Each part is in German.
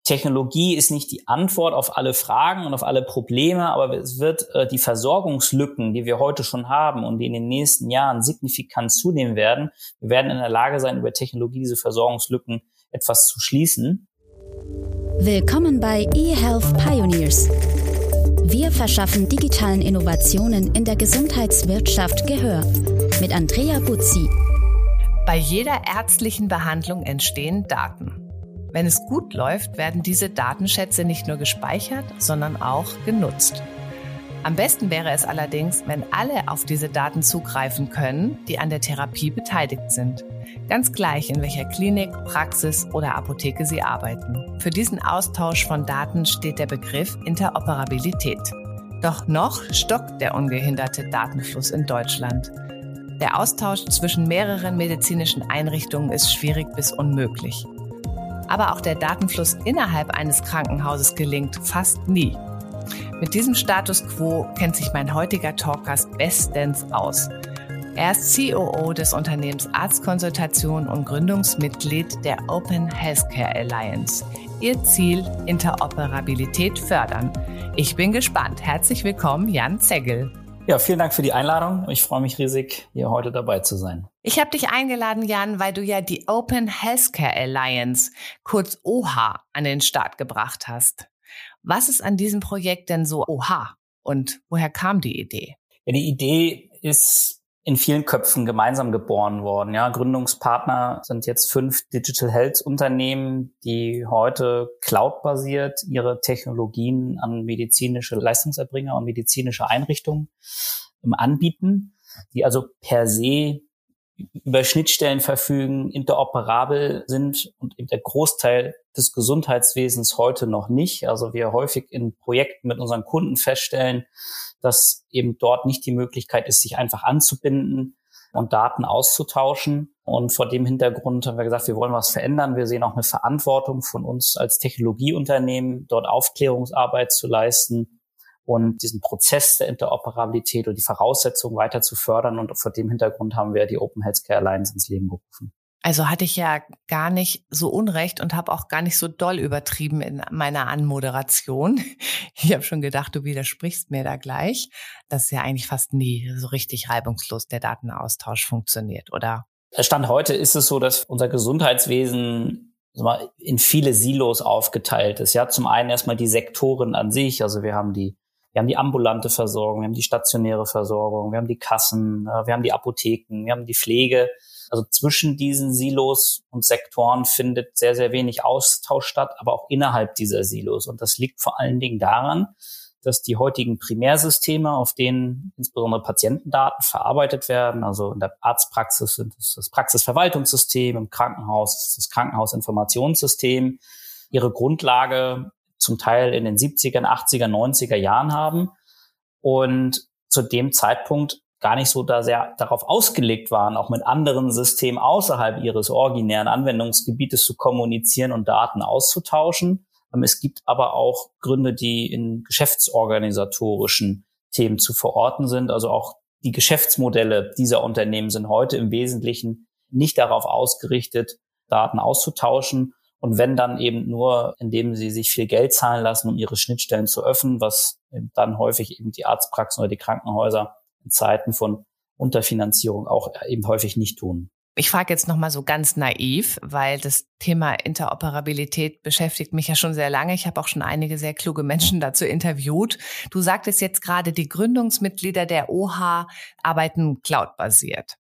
Technologie ist nicht die Antwort auf alle Fragen und auf alle Probleme, aber es wird die Versorgungslücken, die wir heute schon haben und die in den nächsten Jahren signifikant zunehmen werden, wir werden in der Lage sein, über Technologie diese Versorgungslücken etwas zu schließen. Willkommen bei eHealth Pioneers. Wir verschaffen digitalen Innovationen in der Gesundheitswirtschaft Gehör. Mit Andrea Buzzi. Bei jeder ärztlichen Behandlung entstehen Daten. Wenn es gut läuft, werden diese Datenschätze nicht nur gespeichert, sondern auch genutzt. Am besten wäre es allerdings, wenn alle auf diese Daten zugreifen können, die an der Therapie beteiligt sind. Ganz gleich, in welcher Klinik, Praxis oder Apotheke sie arbeiten. Für diesen Austausch von Daten steht der Begriff Interoperabilität. Doch noch stockt der ungehinderte Datenfluss in Deutschland. Der Austausch zwischen mehreren medizinischen Einrichtungen ist schwierig bis unmöglich. Aber auch der Datenfluss innerhalb eines Krankenhauses gelingt fast nie. Mit diesem Status quo kennt sich mein heutiger Talkgast bestens aus. Er ist COO des Unternehmens Arztkonsultation und Gründungsmitglied der Open Healthcare Alliance. Ihr Ziel: Interoperabilität fördern. Ich bin gespannt. Herzlich willkommen, Jan Zeggel. Ja, vielen Dank für die Einladung. Ich freue mich riesig, hier heute dabei zu sein. Ich habe dich eingeladen, Jan, weil du ja die Open Healthcare Alliance, kurz OHA, an den Start gebracht hast. Was ist an diesem Projekt denn so OHA und woher kam die Idee? Ja, die Idee ist in vielen Köpfen gemeinsam geboren worden. Ja, Gründungspartner sind jetzt 5 Digital Health Unternehmen, die heute cloud-basiert ihre Technologien an medizinische Leistungserbringer und medizinische Einrichtungen anbieten, die also per se über Schnittstellen verfügen, interoperabel sind und eben der Großteil des Gesundheitswesens heute noch nicht. Also wir häufig in Projekten mit unseren Kunden feststellen, dass eben dort nicht die Möglichkeit ist, sich einfach anzubinden und Daten auszutauschen. Und vor dem Hintergrund haben wir gesagt, wir wollen was verändern. Wir sehen auch eine Verantwortung von uns als Technologieunternehmen, dort Aufklärungsarbeit zu leisten und diesen Prozess der Interoperabilität und die Voraussetzungen weiter zu fördern. Und vor dem Hintergrund haben wir die Open Healthcare Alliance ins Leben gerufen. Also hatte ich ja gar nicht so unrecht und habe auch gar nicht so doll übertrieben in meiner Anmoderation. Ich habe schon gedacht, du widersprichst mir da gleich. Das ist ja eigentlich fast nie so richtig reibungslos der Datenaustausch funktioniert, oder? Stand heute ist es so, dass unser Gesundheitswesen in viele Silos aufgeteilt ist. Ja, zum einen erstmal die Sektoren an sich. Also wir haben die ambulante Versorgung, wir haben die stationäre Versorgung, wir haben die Kassen, wir haben die Apotheken, wir haben die Pflege. Also zwischen diesen Silos und Sektoren findet sehr, sehr wenig Austausch statt, aber auch innerhalb dieser Silos. Und das liegt vor allen Dingen daran, dass die heutigen Primärsysteme, auf denen insbesondere Patientendaten verarbeitet werden, also in der Arztpraxis sind es das Praxisverwaltungssystem, im Krankenhaus ist das Krankenhausinformationssystem, ihre Grundlage zum Teil in den 70er, 80er, 90er Jahren haben und zu dem Zeitpunkt gar nicht so da sehr darauf ausgelegt waren, auch mit anderen Systemen außerhalb ihres originären Anwendungsgebietes zu kommunizieren und Daten auszutauschen. Es gibt aber auch Gründe, die in geschäftsorganisatorischen Themen zu verorten sind. Also auch die Geschäftsmodelle dieser Unternehmen sind heute im Wesentlichen nicht darauf ausgerichtet, Daten auszutauschen. Und wenn dann eben nur, indem sie sich viel Geld zahlen lassen, um ihre Schnittstellen zu öffnen, was dann häufig eben die Arztpraxen oder die Krankenhäuser in Zeiten von Unterfinanzierung auch eben häufig nicht tun. Ich frage jetzt nochmal so ganz naiv, weil das Thema Interoperabilität beschäftigt mich ja schon sehr lange. Ich habe auch schon einige sehr kluge Menschen dazu interviewt. Du sagtest jetzt gerade, die Gründungsmitglieder der OHA arbeiten cloud-basiert.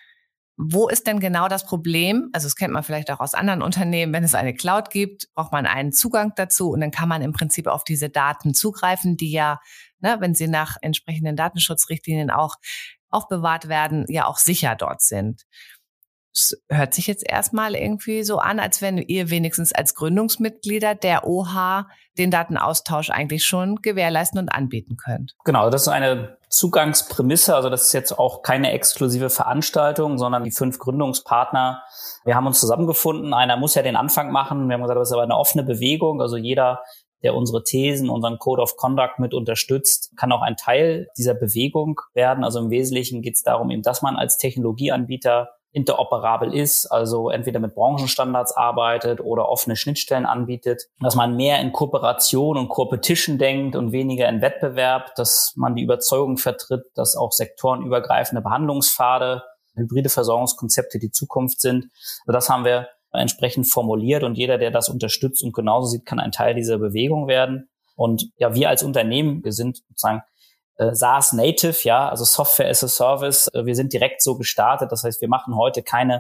Wo ist denn genau das Problem? Also das kennt man vielleicht auch aus anderen Unternehmen. Wenn es eine Cloud gibt, braucht man einen Zugang dazu und dann kann man im Prinzip auf diese Daten zugreifen, die ja, wenn sie nach entsprechenden Datenschutzrichtlinien auch aufbewahrt werden, ja auch sicher dort sind. Es hört sich jetzt erstmal irgendwie so an, als wenn ihr wenigstens als Gründungsmitglieder der OHA den Datenaustausch eigentlich schon gewährleisten und anbieten könnt. Genau, das ist eine Zugangsprämisse. Also das ist jetzt auch keine exklusive Veranstaltung, sondern die 5 Gründungspartner. Wir haben uns zusammengefunden. Einer muss ja den Anfang machen. Wir haben gesagt, das ist aber eine offene Bewegung. Also jeder, der unsere Thesen, unseren Code of Conduct mit unterstützt, kann auch ein Teil dieser Bewegung werden. Also im Wesentlichen geht es darum, eben, dass man als Technologieanbieter interoperabel ist, also entweder mit Branchenstandards arbeitet oder offene Schnittstellen anbietet, dass man mehr in Kooperation und Competition denkt und weniger in Wettbewerb, dass man die Überzeugung vertritt, dass auch sektorenübergreifende Behandlungspfade, hybride Versorgungskonzepte die Zukunft sind. Also das haben wir entsprechend formuliert und jeder, der das unterstützt und genauso sieht, kann ein Teil dieser Bewegung werden. Und ja, wir als Unternehmen, wir sind sozusagen SaaS Native, ja, also Software as a Service. Wir sind direkt so gestartet. Das heißt, wir machen heute keine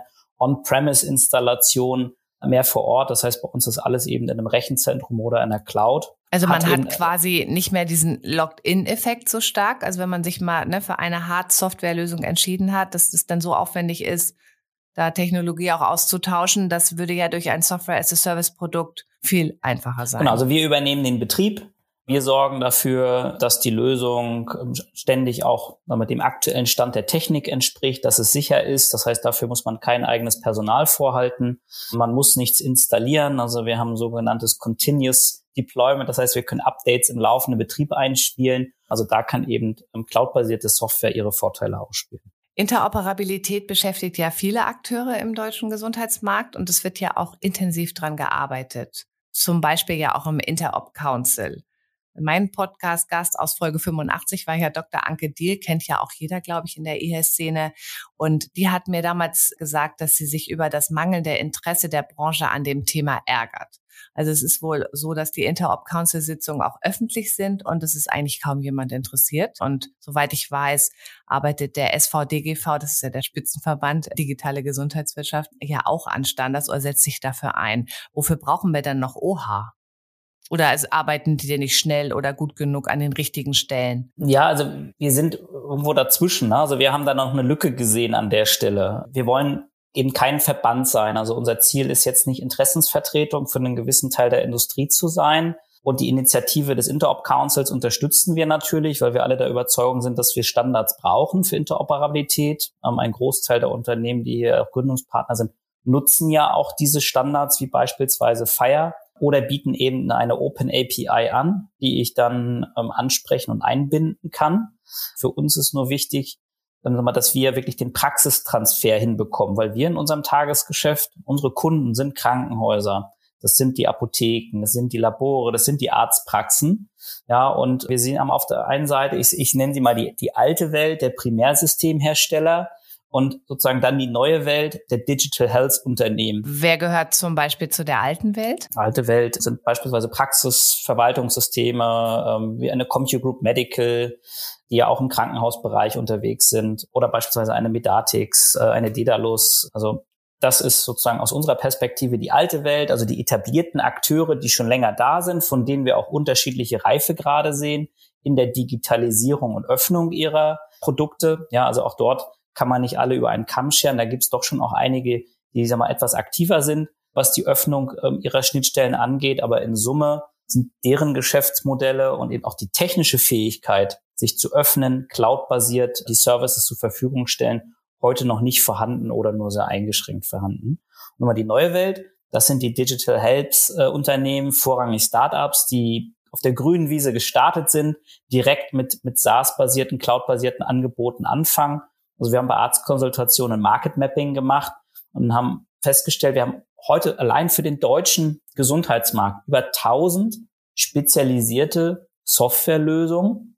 On-Premise-Installation mehr vor Ort. Das heißt, bei uns ist alles eben in einem Rechenzentrum oder in der Cloud. Also man hat quasi nicht mehr diesen Locked-in-Effekt so stark. Also wenn man sich mal für eine Hard-Software-Lösung entschieden hat, dass das dann so aufwendig ist, da Technologie auch auszutauschen, das würde ja durch ein Software as a Service-Produkt viel einfacher sein. Genau, also wir übernehmen den Betrieb. Wir sorgen dafür, dass die Lösung ständig auch mit dem aktuellen Stand der Technik entspricht, dass es sicher ist. Das heißt, dafür muss man kein eigenes Personal vorhalten. Man muss nichts installieren. Also wir haben ein sogenanntes Continuous Deployment. Das heißt, wir können Updates im laufenden Betrieb einspielen. Also da kann eben cloudbasierte Software ihre Vorteile ausspielen. Interoperabilität beschäftigt ja viele Akteure im deutschen Gesundheitsmarkt und es wird ja auch intensiv dran gearbeitet. Zum Beispiel ja auch im Interop Council. Mein Podcast-Gast aus Folge 85 war ja Dr. Anke Diehl, kennt ja auch jeder, glaube ich, in der eHealth-Szene. Und die hat mir damals gesagt, dass sie sich über das mangelnde Interesse der Branche an dem Thema ärgert. Also es ist wohl so, dass die Interop-Council-Sitzungen auch öffentlich sind und es ist eigentlich kaum jemand interessiert. Und soweit ich weiß, arbeitet der SVDGV, das ist ja der Spitzenverband Digitale Gesundheitswirtschaft, ja auch an Standards oder setzt sich dafür ein. Wofür brauchen wir dann noch OH? Oder arbeiten die denn nicht schnell oder gut genug an den richtigen Stellen? Ja, also wir sind irgendwo dazwischen. Also wir haben da noch eine Lücke gesehen an der Stelle. Wir wollen eben kein Verband sein. Also unser Ziel ist jetzt nicht Interessensvertretung für einen gewissen Teil der Industrie zu sein. Und die Initiative des Interop Councils unterstützen wir natürlich, weil wir alle der Überzeugung sind, dass wir Standards brauchen für Interoperabilität. Ein Großteil der Unternehmen, die hier auch Gründungspartner sind, nutzen ja auch diese Standards wie beispielsweise FHIR. Oder bieten eben eine Open API an, die ich dann ansprechen und einbinden kann. Für uns ist nur wichtig, dass wir wirklich den Praxistransfer hinbekommen, weil wir in unserem Tagesgeschäft, unsere Kunden sind Krankenhäuser, das sind die Apotheken, das sind die Labore, das sind die Arztpraxen. Ja, und wir sehen auf der einen Seite, ich nenne sie mal die alte Welt der Primärsystemhersteller, und sozusagen dann die neue Welt der Digital Health Unternehmen. Wer gehört zum Beispiel zu der alten Welt? Alte Welt sind beispielsweise Praxisverwaltungssysteme, wie eine CompuGroup Medical, die ja auch im Krankenhausbereich unterwegs sind, oder beispielsweise eine Medatix, eine Dedalus. Also das ist sozusagen aus unserer Perspektive die alte Welt, also die etablierten Akteure, die schon länger da sind, von denen wir auch unterschiedliche Reifegrade sehen in der Digitalisierung und Öffnung ihrer Produkte. Ja, also auch dort kann man nicht alle über einen Kamm scheren. Da gibt es doch schon auch einige, die etwas aktiver sind, was die Öffnung ihrer Schnittstellen angeht. Aber in Summe sind deren Geschäftsmodelle und eben auch die technische Fähigkeit, sich zu öffnen, cloudbasiert die Services zur Verfügung stellen, heute noch nicht vorhanden oder nur sehr eingeschränkt vorhanden. Und nochmal die neue Welt, das sind die Digital Health Unternehmen, vorrangig Startups, die auf der grünen Wiese gestartet sind, direkt mit SaaS-basierten, cloud-basierten Angeboten anfangen. Also wir haben bei Arztkonsultationen Market Mapping gemacht und haben festgestellt, wir haben heute allein für den deutschen Gesundheitsmarkt über 1000 spezialisierte Softwarelösungen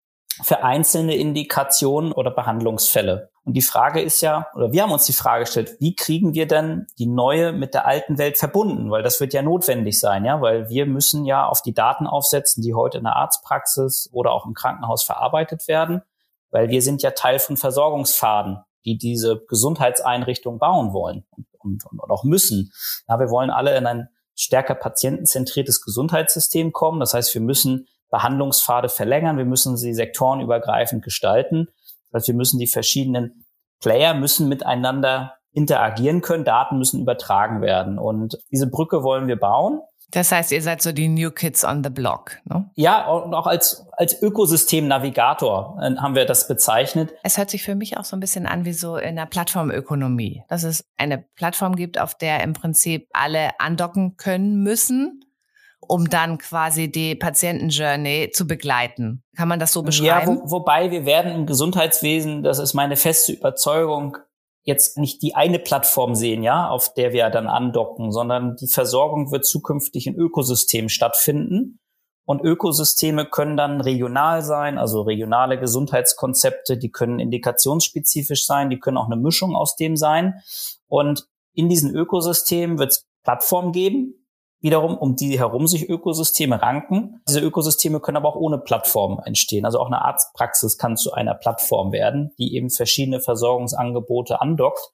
für einzelne Indikationen oder Behandlungsfälle. Und die Frage ist ja, oder wir haben uns die Frage gestellt, wie kriegen wir denn die neue mit der alten Welt verbunden? Weil das wird ja notwendig sein, ja, weil wir müssen ja auf die Daten aufsetzen, die heute in der Arztpraxis oder auch im Krankenhaus verarbeitet werden. Weil wir sind ja Teil von Versorgungspfaden, die diese Gesundheitseinrichtung bauen wollen und auch müssen. Ja, wir wollen alle in ein stärker patientenzentriertes Gesundheitssystem kommen. Das heißt, wir müssen Behandlungspfade verlängern, wir müssen sie sektorenübergreifend gestalten. Das heißt, wir müssen die verschiedenen Player müssen miteinander interagieren können, Daten müssen übertragen werden. Und diese Brücke wollen wir bauen. Das heißt, ihr seid so die New Kids on the Block, ne? Ja, und auch als Ökosystem-Navigator haben wir das bezeichnet. Es hört sich für mich auch so ein bisschen an wie so in der Plattformökonomie, dass es eine Plattform gibt, auf der im Prinzip alle andocken können müssen, um dann quasi die Patientenjourney zu begleiten. Kann man das so beschreiben? Ja, wobei wir werden im Gesundheitswesen, das ist meine feste Überzeugung, jetzt nicht die eine Plattform sehen, ja, auf der wir dann andocken, sondern die Versorgung wird zukünftig in Ökosystemen stattfinden. Und Ökosysteme können dann regional sein, also regionale Gesundheitskonzepte, die können indikationsspezifisch sein, die können auch eine Mischung aus dem sein. Und in diesen Ökosystemen wird es Plattformen geben, wiederum, um die herum sich Ökosysteme ranken. Diese Ökosysteme können aber auch ohne Plattform entstehen. Also auch eine Arztpraxis kann zu einer Plattform werden, die eben verschiedene Versorgungsangebote andockt.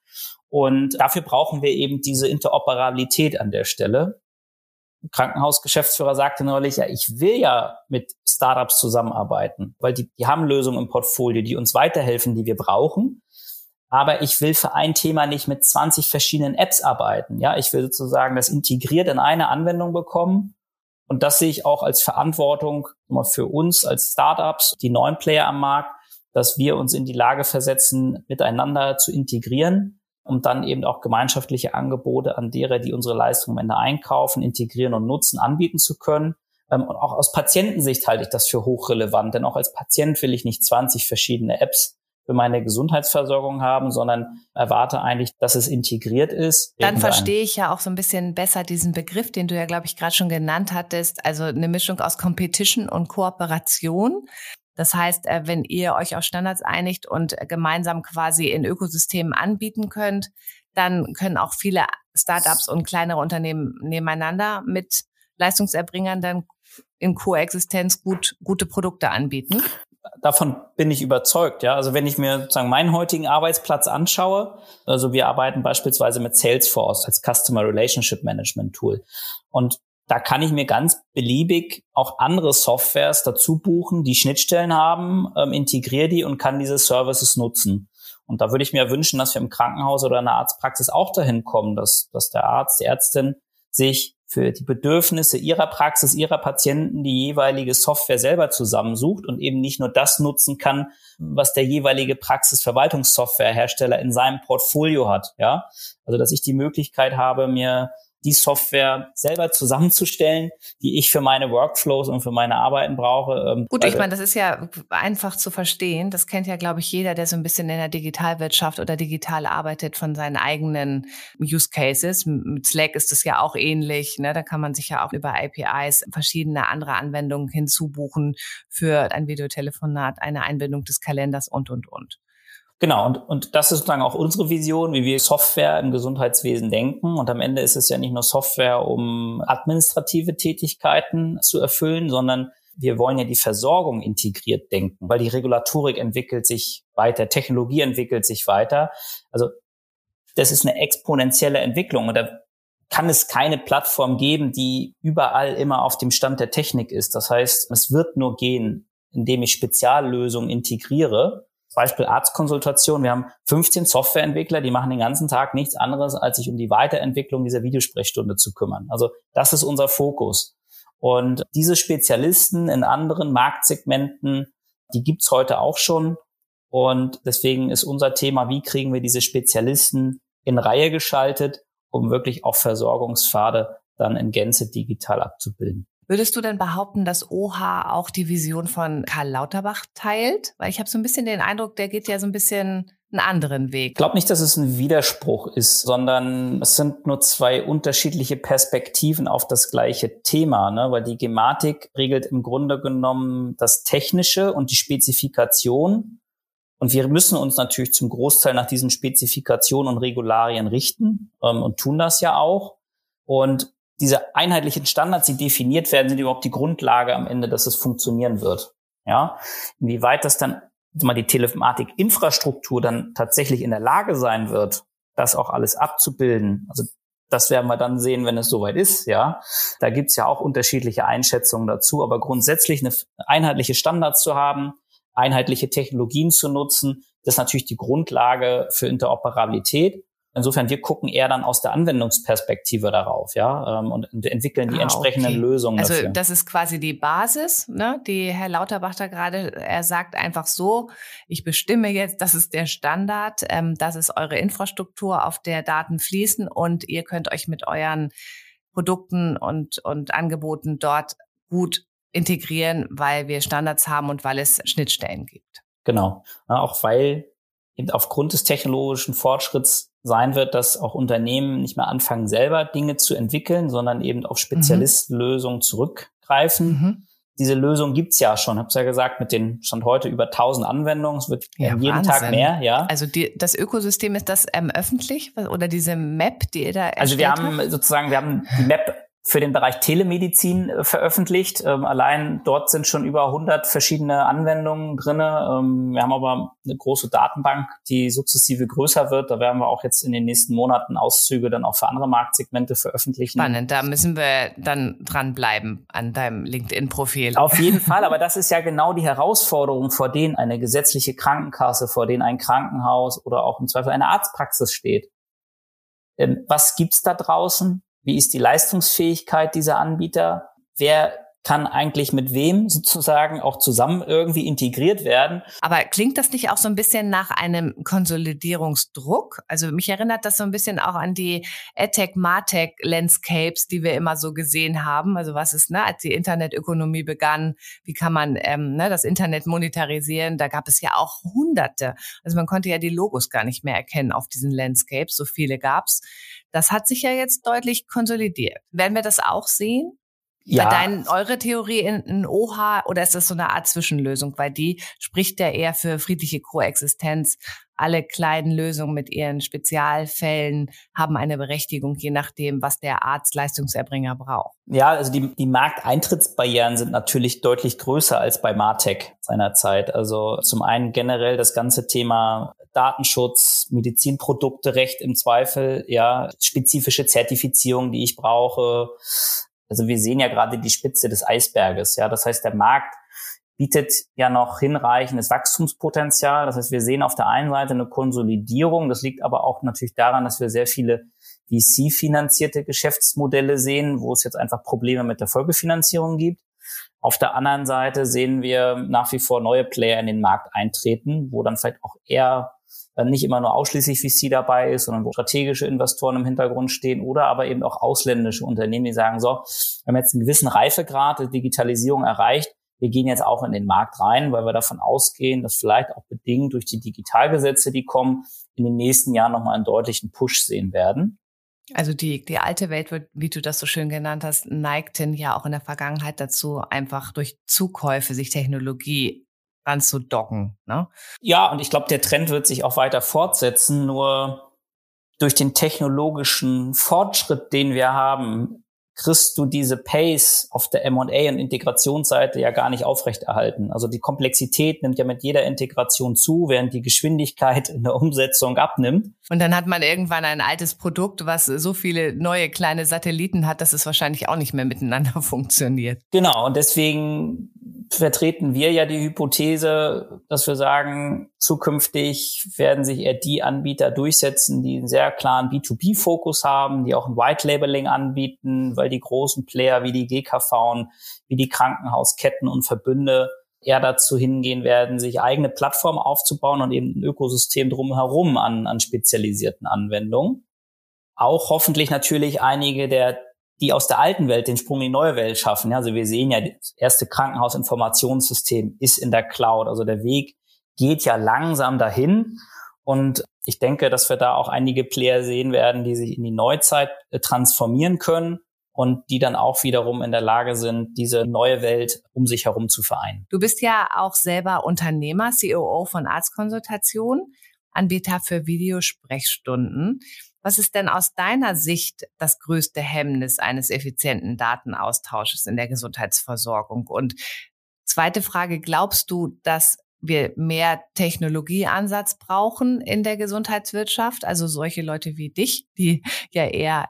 Und dafür brauchen wir eben diese Interoperabilität an der Stelle. Ein Krankenhausgeschäftsführer sagte neulich, ja, ich will ja mit Startups zusammenarbeiten, weil die haben Lösungen im Portfolio, die uns weiterhelfen, die wir brauchen. Aber ich will für ein Thema nicht mit 20 verschiedenen Apps arbeiten. Ja, ich will sozusagen das integriert in eine Anwendung bekommen. Und das sehe ich auch als Verantwortung für uns als Startups, die neuen Player am Markt, dass wir uns in die Lage versetzen, miteinander zu integrieren, um dann eben auch gemeinschaftliche Angebote an derer, die unsere Leistung am Ende einkaufen, integrieren und nutzen, anbieten zu können. Und auch aus Patientensicht halte ich das für hochrelevant, denn auch als Patient will ich nicht 20 verschiedene Apps für meine Gesundheitsversorgung haben, sondern erwarte eigentlich, dass es integriert ist. Dann verstehe ich ja auch so ein bisschen besser diesen Begriff, den du ja, glaube ich, gerade schon genannt hattest, also eine Mischung aus Competition und Kooperation. Das heißt, wenn ihr euch auf Standards einigt und gemeinsam quasi in Ökosystemen anbieten könnt, dann können auch viele Startups und kleinere Unternehmen nebeneinander mit Leistungserbringern dann in Koexistenz gute Produkte anbieten. Davon bin ich überzeugt, ja. Also wenn ich mir sozusagen meinen heutigen Arbeitsplatz anschaue, also wir arbeiten beispielsweise mit Salesforce als Customer Relationship Management Tool. Und da kann ich mir ganz beliebig auch andere Softwares dazu buchen, die Schnittstellen haben, integriere die und kann diese Services nutzen. Und da würde ich mir wünschen, dass wir im Krankenhaus oder in der Arztpraxis auch dahin kommen, dass der Arzt, die Ärztin sich für die Bedürfnisse ihrer Praxis, ihrer Patienten die jeweilige Software selber zusammensucht und eben nicht nur das nutzen kann, was der jeweilige Praxisverwaltungssoftwarehersteller in seinem Portfolio hat. Ja, also dass ich die Möglichkeit habe, mir die Software selber zusammenzustellen, die ich für meine Workflows und für meine Arbeiten brauche. Gut, ich meine, das ist ja einfach zu verstehen. Das kennt ja, glaube ich, jeder, der so ein bisschen in der Digitalwirtschaft oder digital arbeitet, von seinen eigenen Use Cases. Mit Slack ist das ja auch ähnlich. Ne? Da kann man sich ja auch über APIs verschiedene andere Anwendungen hinzubuchen für ein Videotelefonat, eine Einbindung des Kalenders und. Genau, und das ist sozusagen auch unsere Vision, wie wir Software im Gesundheitswesen denken. Und am Ende ist es ja nicht nur Software, um administrative Tätigkeiten zu erfüllen, sondern wir wollen ja die Versorgung integriert denken, weil die Regulatorik entwickelt sich weiter, Technologie entwickelt sich weiter. Also das ist eine exponentielle Entwicklung und da kann es keine Plattform geben, die überall immer auf dem Stand der Technik ist. Das heißt, es wird nur gehen, indem ich Speziallösungen integriere. Beispiel Arztkonsultation. Wir haben 15 Softwareentwickler, die machen den ganzen Tag nichts anderes, als sich um die Weiterentwicklung dieser Videosprechstunde zu kümmern. Also das ist unser Fokus. Und diese Spezialisten in anderen Marktsegmenten, die gibt's heute auch schon. Und deswegen ist unser Thema, wie kriegen wir diese Spezialisten in Reihe geschaltet, um wirklich auch Versorgungspfade dann in Gänze digital abzubilden. Würdest du denn behaupten, dass OHA auch die Vision von Karl Lauterbach teilt? Weil ich habe so ein bisschen den Eindruck, der geht ja so ein bisschen einen anderen Weg. Ich glaube nicht, dass es ein Widerspruch ist, sondern es sind nur zwei unterschiedliche Perspektiven auf das gleiche Thema, ne? Weil die Gematik regelt im Grunde genommen das Technische und die Spezifikation. Und wir müssen uns natürlich zum Großteil nach diesen Spezifikationen und Regularien richten und tun das ja auch. Und diese einheitlichen Standards, die definiert werden, sind überhaupt die Grundlage am Ende, dass es funktionieren wird. Ja, inwieweit das dann die Telematik-Infrastruktur dann tatsächlich in der Lage sein wird, das auch alles abzubilden. Also das werden wir dann sehen, wenn es soweit ist. Ja, da gibt's ja auch unterschiedliche Einschätzungen dazu. Aber grundsätzlich eine einheitliche Standards zu haben, einheitliche Technologien zu nutzen, das ist natürlich die Grundlage für Interoperabilität. Insofern, wir gucken eher dann aus der Anwendungsperspektive darauf, ja, und entwickeln die entsprechenden Lösungen dafür. Also das ist quasi die Basis, ne, die Herr Lauterbach da gerade, er sagt einfach so, ich bestimme jetzt, das ist der Standard, das ist eure Infrastruktur, auf der Daten fließen und ihr könnt euch mit euren Produkten und Angeboten dort gut integrieren, weil wir Standards haben und weil es Schnittstellen gibt. Genau, ja, auch weil eben aufgrund des technologischen Fortschritts sein wird, dass auch Unternehmen nicht mehr anfangen, selber Dinge zu entwickeln, sondern eben auf Spezialistenlösungen zurückgreifen. Diese Lösung gibt's ja schon. Ich habe es ja gesagt, mit den Stand heute über 1000 Anwendungen. Es wird jeden Wahnsinn. Tag mehr. Ja. Also das Ökosystem, ist das öffentlich oder diese Map, die ihr da erstellt Also wir haben die Map für den Bereich Telemedizin veröffentlicht. Allein dort sind schon über 100 verschiedene Anwendungen drinne. Wir haben aber eine große Datenbank, die sukzessive größer wird. Da werden wir auch jetzt in den nächsten Monaten Auszüge dann auch für andere Marktsegmente veröffentlichen. Spannend, da müssen wir dann dranbleiben an deinem LinkedIn-Profil. Auf jeden Fall, aber das ist ja genau die Herausforderung, vor denen eine gesetzliche Krankenkasse, vor denen ein Krankenhaus oder auch im Zweifel eine Arztpraxis steht. Was gibt's da draußen? Wie ist die Leistungsfähigkeit dieser Anbieter? Wer kann eigentlich mit wem sozusagen auch zusammen irgendwie integriert werden? Aber klingt das nicht auch so ein bisschen nach einem Konsolidierungsdruck? Also mich erinnert das so ein bisschen auch an die EdTech, MarTech Landscapes, die wir immer so gesehen haben. Also was ist, als die Internetökonomie begann, wie kann man das Internet monetarisieren? Da gab es ja auch Hunderte. Also man konnte ja die Logos gar nicht mehr erkennen auf diesen Landscapes. So viele gab's. Das hat sich ja jetzt deutlich konsolidiert. Werden wir das auch sehen? Ja. Eure Theorie in OH, oder ist das so eine Art Zwischenlösung? Weil die spricht ja eher für friedliche Koexistenz. Alle kleinen Lösungen mit ihren Spezialfällen haben eine Berechtigung, je nachdem, was der Arzt-Leistungserbringer braucht. Ja, also die Markteintrittsbarrieren sind natürlich deutlich größer als bei MarTech seinerzeit. Also zum einen generell das ganze Thema Datenschutz, Medizinprodukterecht im Zweifel, ja, spezifische Zertifizierung, die ich brauche. Also wir sehen ja gerade die Spitze des Eisberges. Ja, das heißt, der Markt bietet ja noch hinreichendes Wachstumspotenzial. Das heißt, wir sehen auf der einen Seite eine Konsolidierung. Das liegt aber auch natürlich daran, dass wir sehr viele VC-finanzierte Geschäftsmodelle sehen, wo es jetzt einfach Probleme mit der Folgefinanzierung gibt. Auf der anderen Seite sehen wir nach wie vor neue Player in den Markt eintreten, wo dann vielleicht auch eher nicht immer nur ausschließlich VC dabei ist, sondern wo strategische Investoren im Hintergrund stehen oder aber eben auch ausländische Unternehmen, die sagen, so, wir haben jetzt einen gewissen Reifegrad der Digitalisierung erreicht, wir gehen jetzt auch in den Markt rein, weil wir davon ausgehen, dass vielleicht auch bedingt durch die Digitalgesetze, die kommen, in den nächsten Jahren nochmal einen deutlichen Push sehen werden. Also die alte Welt wird, wie du das so schön genannt hast, neigten ja auch in der Vergangenheit dazu, einfach durch Zukäufe sich Technologie anzudocken, ne? Ja, und ich glaube, der Trend wird sich auch weiter fortsetzen, nur durch den technologischen Fortschritt, den wir haben, kriegst du diese Pace auf der M&A- und Integrationsseite ja gar nicht aufrechterhalten. Also die Komplexität nimmt ja mit jeder Integration zu, während die Geschwindigkeit in der Umsetzung abnimmt. Und dann hat man irgendwann ein altes Produkt, was so viele neue kleine Satelliten hat, dass es wahrscheinlich auch nicht mehr miteinander funktioniert. Genau, und deswegen vertreten wir ja die Hypothese, dass wir sagen, zukünftig werden sich eher die Anbieter durchsetzen, die einen sehr klaren B2B-Fokus haben, die auch ein White-Labeling anbieten, weil die großen Player wie die GKV, wie die Krankenhausketten und Verbünde eher dazu hingehen werden, sich eigene Plattformen aufzubauen und eben ein Ökosystem drumherum an spezialisierten Anwendungen. Auch hoffentlich natürlich einige die aus der alten Welt den Sprung in die neue Welt schaffen. Also wir sehen ja, das erste Krankenhausinformationssystem ist in der Cloud. Also der Weg geht ja langsam dahin. Und ich denke, dass wir da auch einige Player sehen werden, die sich in die Neuzeit transformieren können und die dann auch wiederum in der Lage sind, diese neue Welt um sich herum zu vereinen. Du bist ja auch selber Unternehmer, COO von Arztkonsultation, Anbieter für Videosprechstunden. Was ist denn aus deiner Sicht das größte Hemmnis eines effizienten Datenaustausches in der Gesundheitsversorgung? Und zweite Frage, glaubst du, dass wir mehr Technologieansatz brauchen in der Gesundheitswirtschaft? Also solche Leute wie dich, die ja eher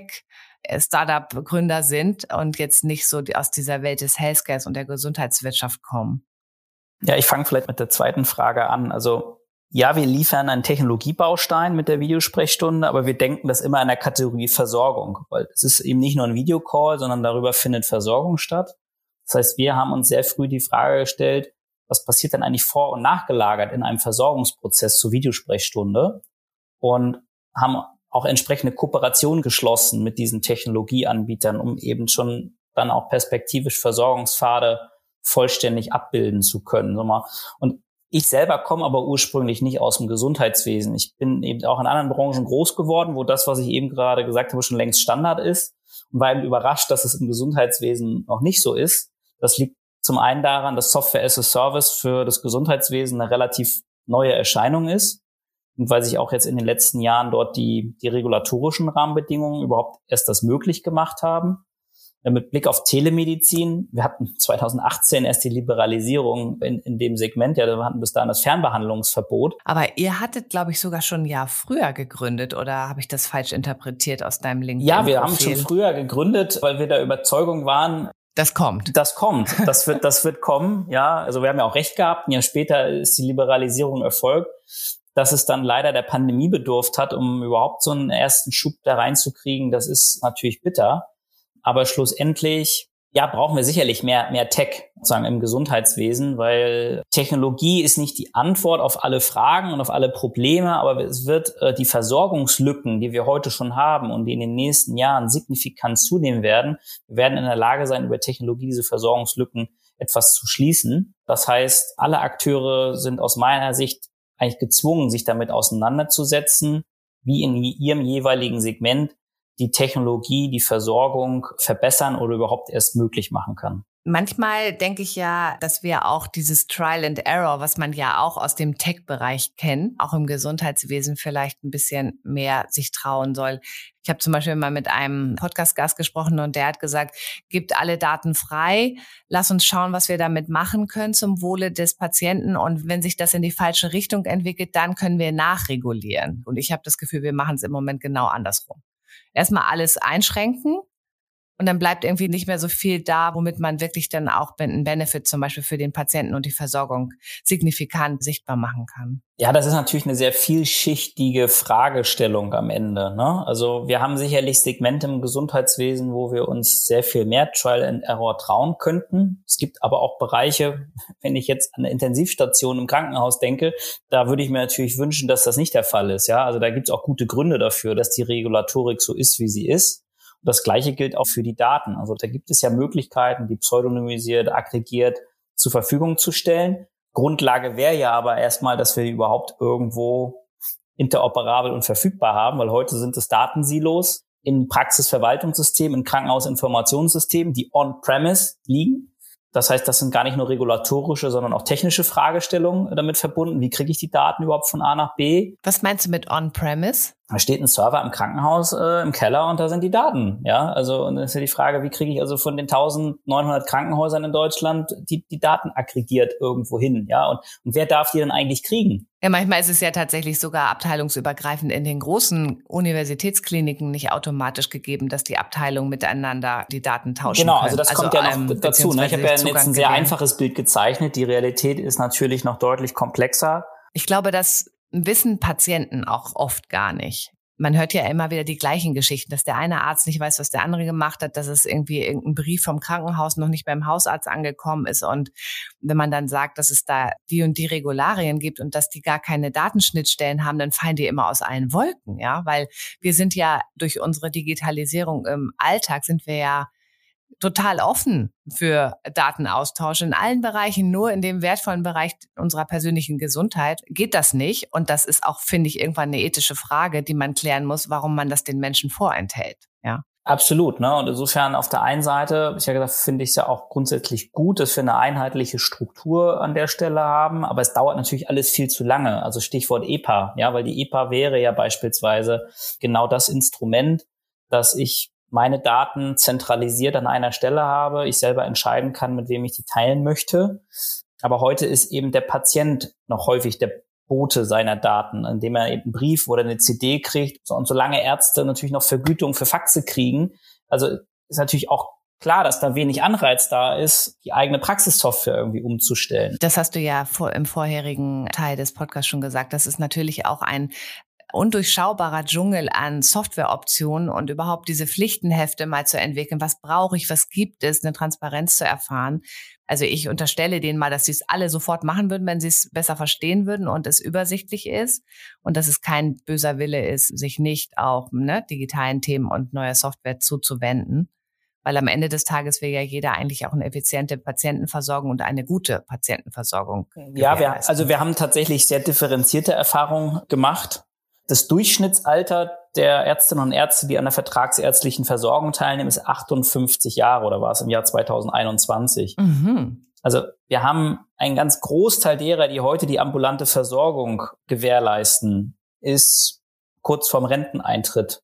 Tech-Startup-Gründer sind und jetzt nicht so aus dieser Welt des Healthcares und der Gesundheitswirtschaft kommen. Ja, ich fange vielleicht mit der zweiten Frage an. Also ja, wir liefern einen Technologiebaustein mit der Videosprechstunde, aber wir denken das immer in der Kategorie Versorgung, weil es ist eben nicht nur ein Videocall, sondern darüber findet Versorgung statt. Das heißt, wir haben uns sehr früh die Frage gestellt, was passiert denn eigentlich vor- und nachgelagert in einem Versorgungsprozess zur Videosprechstunde und haben auch entsprechende Kooperationen geschlossen mit diesen Technologieanbietern, um eben schon dann auch perspektivisch Versorgungspfade vollständig abbilden zu können. Und Ich selber komme aber ursprünglich nicht aus dem Gesundheitswesen. Ich bin eben auch in anderen Branchen groß geworden, wo das, was ich eben gerade gesagt habe, schon längst Standard ist und war eben überrascht, dass es im Gesundheitswesen noch nicht so ist. Das liegt zum einen daran, dass Software as a Service für das Gesundheitswesen eine relativ neue Erscheinung ist und weil sich auch jetzt in den letzten Jahren dort die regulatorischen Rahmenbedingungen überhaupt erst das möglich gemacht haben. Mit Blick auf Telemedizin, wir hatten 2018 erst die Liberalisierung in dem Segment, ja, wir hatten bis dahin das Fernbehandlungsverbot. Aber ihr hattet, glaube ich, sogar schon ein Jahr früher gegründet, oder habe ich das falsch interpretiert aus deinem LinkedIn-Profil? Ja, wir haben schon früher gegründet, weil wir der Überzeugung waren, das kommt. Das wird kommen, ja. Also wir haben ja auch recht gehabt, ein Jahr später ist die Liberalisierung erfolgt. Dass es dann leider der Pandemie bedurft hat, um überhaupt so einen ersten Schub da reinzukriegen, das ist natürlich bitter. Aber schlussendlich, ja, brauchen wir sicherlich mehr Tech, sozusagen im Gesundheitswesen, weil Technologie ist nicht die Antwort auf alle Fragen und auf alle Probleme, aber es wird die Versorgungslücken, die wir heute schon haben und die in den nächsten Jahren signifikant zunehmen werden, wir werden in der Lage sein, über Technologie diese Versorgungslücken etwas zu schließen. Das heißt, alle Akteure sind aus meiner Sicht eigentlich gezwungen, sich damit auseinanderzusetzen, wie in ihrem jeweiligen Segment die Technologie, die Versorgung verbessern oder überhaupt erst möglich machen kann. Manchmal denke ich ja, dass wir auch dieses Trial and Error, was man ja auch aus dem Tech-Bereich kennt, auch im Gesundheitswesen vielleicht ein bisschen mehr sich trauen soll. Ich habe zum Beispiel mal mit einem Podcast-Gast gesprochen und der hat gesagt, gebt alle Daten frei, lass uns schauen, was wir damit machen können zum Wohle des Patienten, und wenn sich das in die falsche Richtung entwickelt, dann können wir nachregulieren. Und ich habe das Gefühl, wir machen es im Moment genau andersrum. Erstmal alles einschränken und dann bleibt irgendwie nicht mehr so viel da, womit man wirklich dann auch einen Benefit zum Beispiel für den Patienten und die Versorgung signifikant sichtbar machen kann. Ja, das ist natürlich eine sehr vielschichtige Fragestellung am Ende, ne? Also wir haben sicherlich Segmente im Gesundheitswesen, wo wir uns sehr viel mehr Trial and Error trauen könnten. Es gibt aber auch Bereiche, wenn ich jetzt an eine Intensivstation im Krankenhaus denke, da würde ich mir natürlich wünschen, dass das nicht der Fall ist. Ja, also da gibt es auch gute Gründe dafür, dass die Regulatorik so ist, wie sie ist. Und das Gleiche gilt auch für die Daten. Also da gibt es ja Möglichkeiten, die pseudonymisiert, aggregiert zur Verfügung zu stellen. Grundlage wäre ja aber erstmal, dass wir die überhaupt irgendwo interoperabel und verfügbar haben, weil heute sind es Datensilos in Praxisverwaltungssystemen, in Krankenhausinformationssystemen, die on-premise liegen. Das heißt, das sind gar nicht nur regulatorische, sondern auch technische Fragestellungen damit verbunden. Wie kriege ich die Daten überhaupt von A nach B? Was meinst du mit on-premise? Da steht ein Server im Krankenhaus im Keller und da sind die Daten. Ja, also und dann ist ja die Frage, wie kriege ich also von den 1900 Krankenhäusern in Deutschland die Daten aggregiert irgendwo hin? Ja, und wer darf die denn eigentlich kriegen? Ja, manchmal ist es ja tatsächlich sogar abteilungsübergreifend in den großen Universitätskliniken nicht automatisch gegeben, dass die Abteilungen miteinander die Daten tauschen können. Genau, also das kommt ja noch dazu. Ne? Ich habe ja jetzt ein sehr einfaches Bild gezeichnet. Die Realität ist natürlich noch deutlich komplexer. Ich glaube, das wissen Patienten auch oft gar nicht. Man hört ja immer wieder die gleichen Geschichten, dass der eine Arzt nicht weiß, was der andere gemacht hat, dass es irgendwie irgendein Brief vom Krankenhaus noch nicht beim Hausarzt angekommen ist. Und wenn man dann sagt, dass es da die und die Regularien gibt und dass die gar keine Datenschnittstellen haben, dann fallen die immer aus allen Wolken, ja, weil wir sind ja durch unsere Digitalisierung im Alltag sind wir ja total offen für Datenaustausch in allen Bereichen. Nur in dem wertvollen Bereich unserer persönlichen Gesundheit geht das nicht. Und das ist auch, finde ich, irgendwann eine ethische Frage, die man klären muss, warum man das den Menschen vorenthält. Ja. Absolut, ne? Und insofern auf der einen Seite, ich habe gesagt, finde ich es ja auch grundsätzlich gut, dass wir eine einheitliche Struktur an der Stelle haben. Aber es dauert natürlich alles viel zu lange. Also Stichwort EPA, ja, weil die EPA wäre ja beispielsweise genau das Instrument, dass ich meine Daten zentralisiert an einer Stelle habe, ich selber entscheiden kann, mit wem ich die teilen möchte. Aber heute ist eben der Patient noch häufig der Bote seiner Daten, indem er eben einen Brief oder eine CD kriegt. Und solange Ärzte natürlich noch Vergütung für Faxe kriegen, also ist natürlich auch klar, dass da wenig Anreiz da ist, die eigene Praxissoftware irgendwie umzustellen. Das hast du ja im vorherigen Teil des Podcasts schon gesagt. Das ist natürlich auch ein undurchschaubarer Dschungel an Softwareoptionen und überhaupt diese Pflichtenhefte mal zu entwickeln. Was brauche ich? Was gibt es? Eine Transparenz zu erfahren. Also ich unterstelle denen mal, dass sie es alle sofort machen würden, wenn sie es besser verstehen würden und es übersichtlich ist und dass es kein böser Wille ist, sich nicht auch digitalen Themen und neuer Software zuzuwenden. Weil am Ende des Tages will ja jeder eigentlich auch eine effiziente Patientenversorgung und eine gute Patientenversorgung. Ja, wir haben tatsächlich sehr differenzierte Erfahrungen gemacht. Das Durchschnittsalter der Ärztinnen und Ärzte, die an der vertragsärztlichen Versorgung teilnehmen, ist 58 Jahre oder war es im Jahr 2021. Mhm. Also wir haben einen ganz Großteil derer, die heute die ambulante Versorgung gewährleisten, ist kurz vorm Renteneintritt.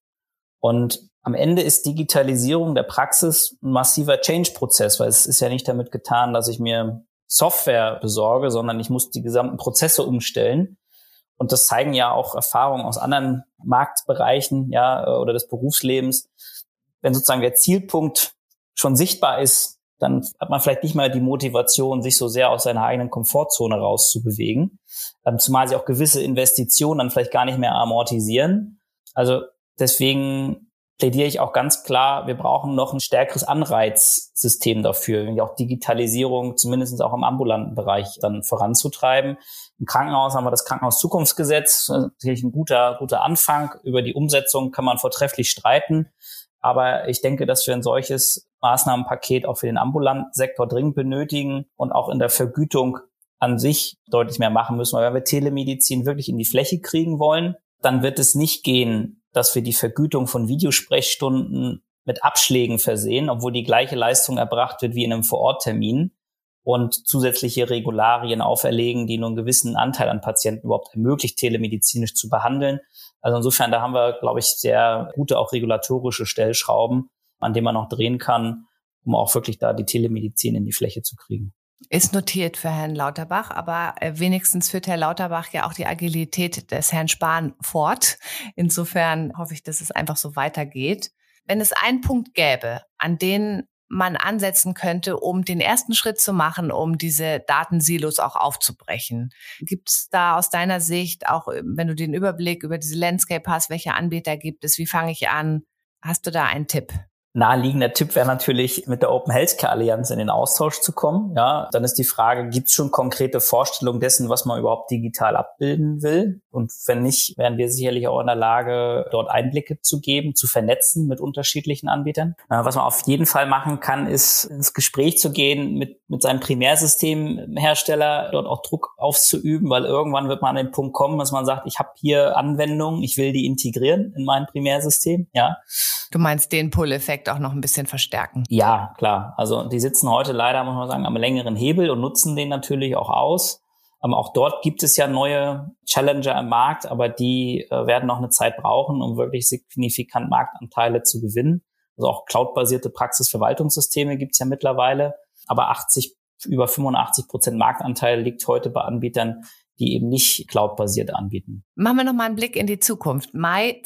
Und am Ende ist Digitalisierung der Praxis ein massiver Change-Prozess, weil es ist ja nicht damit getan, dass ich mir Software besorge, sondern ich muss die gesamten Prozesse umstellen. Und das zeigen ja auch Erfahrungen aus anderen Marktbereichen, ja, oder des Berufslebens. Wenn sozusagen der Zielpunkt schon sichtbar ist, dann hat man vielleicht nicht mal die Motivation, sich so sehr aus seiner eigenen Komfortzone rauszubewegen. Zumal sie auch gewisse Investitionen dann vielleicht gar nicht mehr amortisieren. Also deswegen plädiere ich auch ganz klar, wir brauchen noch ein stärkeres Anreizsystem dafür, auch Digitalisierung zumindest auch im ambulanten Bereich dann voranzutreiben. Im Krankenhaus haben wir das Krankenhauszukunftsgesetz, sicherlich ein guter Anfang. Über die Umsetzung kann man vortrefflich streiten. Aber ich denke, dass wir ein solches Maßnahmenpaket auch für den ambulanten Sektor dringend benötigen und auch in der Vergütung an sich deutlich mehr machen müssen. Weil wenn wir Telemedizin wirklich in die Fläche kriegen wollen, dann wird es nicht gehen, dass wir die Vergütung von Videosprechstunden mit Abschlägen versehen, obwohl die gleiche Leistung erbracht wird wie in einem Vororttermin und zusätzliche Regularien auferlegen, die nur einen gewissen Anteil an Patienten überhaupt ermöglicht, telemedizinisch zu behandeln. Also insofern, da haben wir, glaube ich, sehr gute auch regulatorische Stellschrauben, an denen man noch drehen kann, um auch wirklich da die Telemedizin in die Fläche zu kriegen. Ist notiert für Herrn Lauterbach, aber wenigstens führt Herr Lauterbach ja auch die Agilität des Herrn Spahn fort. Insofern hoffe ich, dass es einfach so weitergeht. Wenn es einen Punkt gäbe, an den man ansetzen könnte, um den ersten Schritt zu machen, um diese Datensilos auch aufzubrechen. Gibt es da aus deiner Sicht, auch wenn du den Überblick über diese Landscape hast, welche Anbieter gibt es, wie fange ich an? Hast du da einen Tipp? Naheliegender Tipp wäre natürlich, mit der Open Healthcare Allianz in den Austausch zu kommen. Ja, dann ist die Frage, gibt es schon konkrete Vorstellungen dessen, was man überhaupt digital abbilden will? Und wenn nicht, wären wir sicherlich auch in der Lage, dort Einblicke zu geben, zu vernetzen mit unterschiedlichen Anbietern. Was man auf jeden Fall machen kann, ist ins Gespräch zu gehen mit seinem Primärsystemhersteller, dort auch Druck auszuüben, weil irgendwann wird man an den Punkt kommen, dass man sagt, ich habe hier Anwendungen, ich will die integrieren in mein Primärsystem. Ja. Du meinst den Pull-Effekt auch noch ein bisschen verstärken? Ja, klar. Also die sitzen heute leider, muss man sagen, am längeren Hebel und nutzen den natürlich auch aus. Auch dort gibt es ja neue Challenger im Markt, aber die werden noch eine Zeit brauchen, um wirklich signifikant Marktanteile zu gewinnen. Also auch cloudbasierte Praxisverwaltungssysteme gibt es ja mittlerweile, aber über 85% Marktanteil liegt heute bei Anbietern, die eben nicht cloudbasiert anbieten. Machen wir noch mal einen Blick in die Zukunft. Mai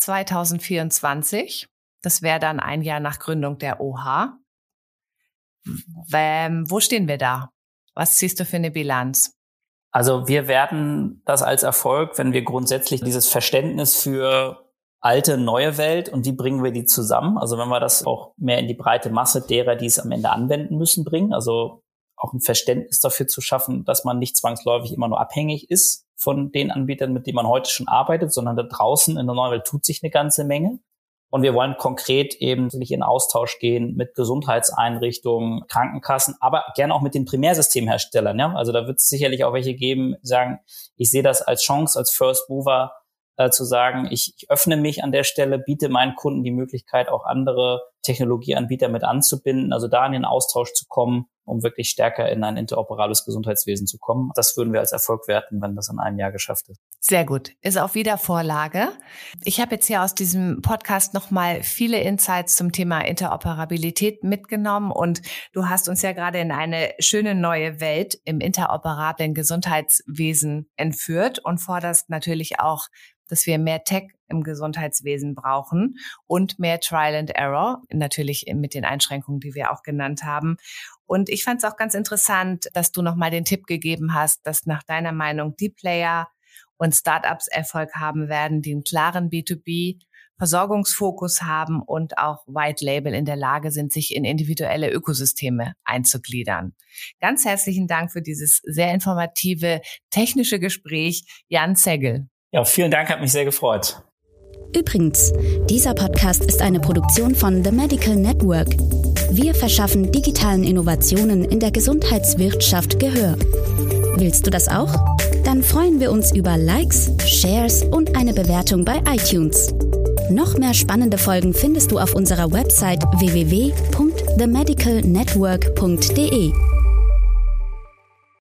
2024. Das wäre dann ein Jahr nach Gründung der OH. Wo stehen wir da? Was ziehst du für eine Bilanz? Also wir werden das als Erfolg, wenn wir grundsätzlich dieses Verständnis für alte, neue Welt und wie bringen wir die zusammen. Also wenn wir das auch mehr in die breite Masse derer, die es am Ende anwenden müssen, bringen. Also auch ein Verständnis dafür zu schaffen, dass man nicht zwangsläufig immer nur abhängig ist von den Anbietern, mit denen man heute schon arbeitet, sondern da draußen in der neuen Welt tut sich eine ganze Menge. Und wir wollen konkret eben wirklich in Austausch gehen mit Gesundheitseinrichtungen, Krankenkassen, aber gerne auch mit den Primärsystemherstellern. Ja? Also da wird es sicherlich auch welche geben, die sagen, ich sehe das als Chance, als First Mover zu sagen, ich öffne mich an der Stelle, biete meinen Kunden die Möglichkeit, auch andere Technologieanbieter mit anzubinden, also da in den Austausch zu kommen, um wirklich stärker in ein interoperables Gesundheitswesen zu kommen. Das würden wir als Erfolg werten, wenn das in einem Jahr geschafft ist. Sehr gut. Ist auch wieder Vorlage. Ich habe jetzt hier aus diesem Podcast nochmal viele Insights zum Thema Interoperabilität mitgenommen und du hast uns ja gerade in eine schöne neue Welt im interoperablen Gesundheitswesen entführt und forderst natürlich auch, dass wir mehr Tech im Gesundheitswesen brauchen und mehr Trial and Error, natürlich mit den Einschränkungen, die wir auch genannt haben. Und ich fand es auch ganz interessant, dass du nochmal den Tipp gegeben hast, dass nach deiner Meinung die Player und Startups Erfolg haben werden, die einen klaren B2B-Versorgungsfokus haben und auch White Label in der Lage sind, sich in individuelle Ökosysteme einzugliedern. Ganz herzlichen Dank für dieses sehr informative technische Gespräch, Jan Zeggel. Ja, vielen Dank, hat mich sehr gefreut. Übrigens, dieser Podcast ist eine Produktion von The Medical Network. Wir verschaffen digitalen Innovationen in der Gesundheitswirtschaft Gehör. Willst du das auch? Dann freuen wir uns über Likes, Shares und eine Bewertung bei iTunes. Noch mehr spannende Folgen findest du auf unserer Website www.themedicalnetwork.de.